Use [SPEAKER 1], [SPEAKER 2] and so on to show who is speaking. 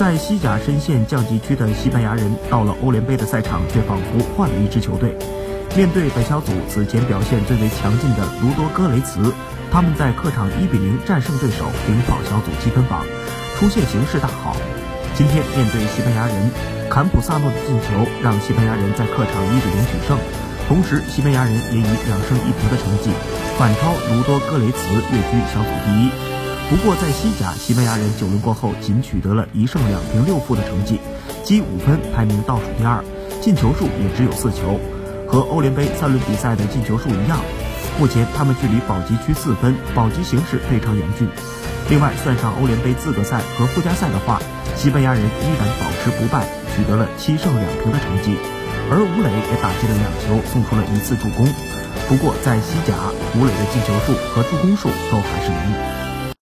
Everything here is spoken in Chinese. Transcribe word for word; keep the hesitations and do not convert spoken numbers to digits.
[SPEAKER 1] 在西甲深陷降级区的西班牙人，到了欧联杯的赛场却仿佛换了一支球队。面对本小组此前表现最为强劲的卢多戈雷茨，他们在客场一比零战胜对手，领跑小组积分榜，出线形势大好。今天面对西班牙人，坎普萨诺的进球让西班牙人在客场一比零取胜，同时西班牙人也以两胜一平的成绩反超卢多戈雷茨，跃居小组第一。不过在西甲，西班牙人九轮过后仅取得了一胜两平六负的成绩，积五分排名倒数第二，进球数也只有四球，和欧联杯三轮比赛的进球数一样。目前他们距离保级区四分，保级形势非常严峻。另外算上欧联杯资格赛和附加赛的话，西班牙人依然保持不败，取得了七胜两平的成绩，而武磊也打进了两球，送出了一次助攻。不过在西甲，武磊的进球数和助攻数都还是零。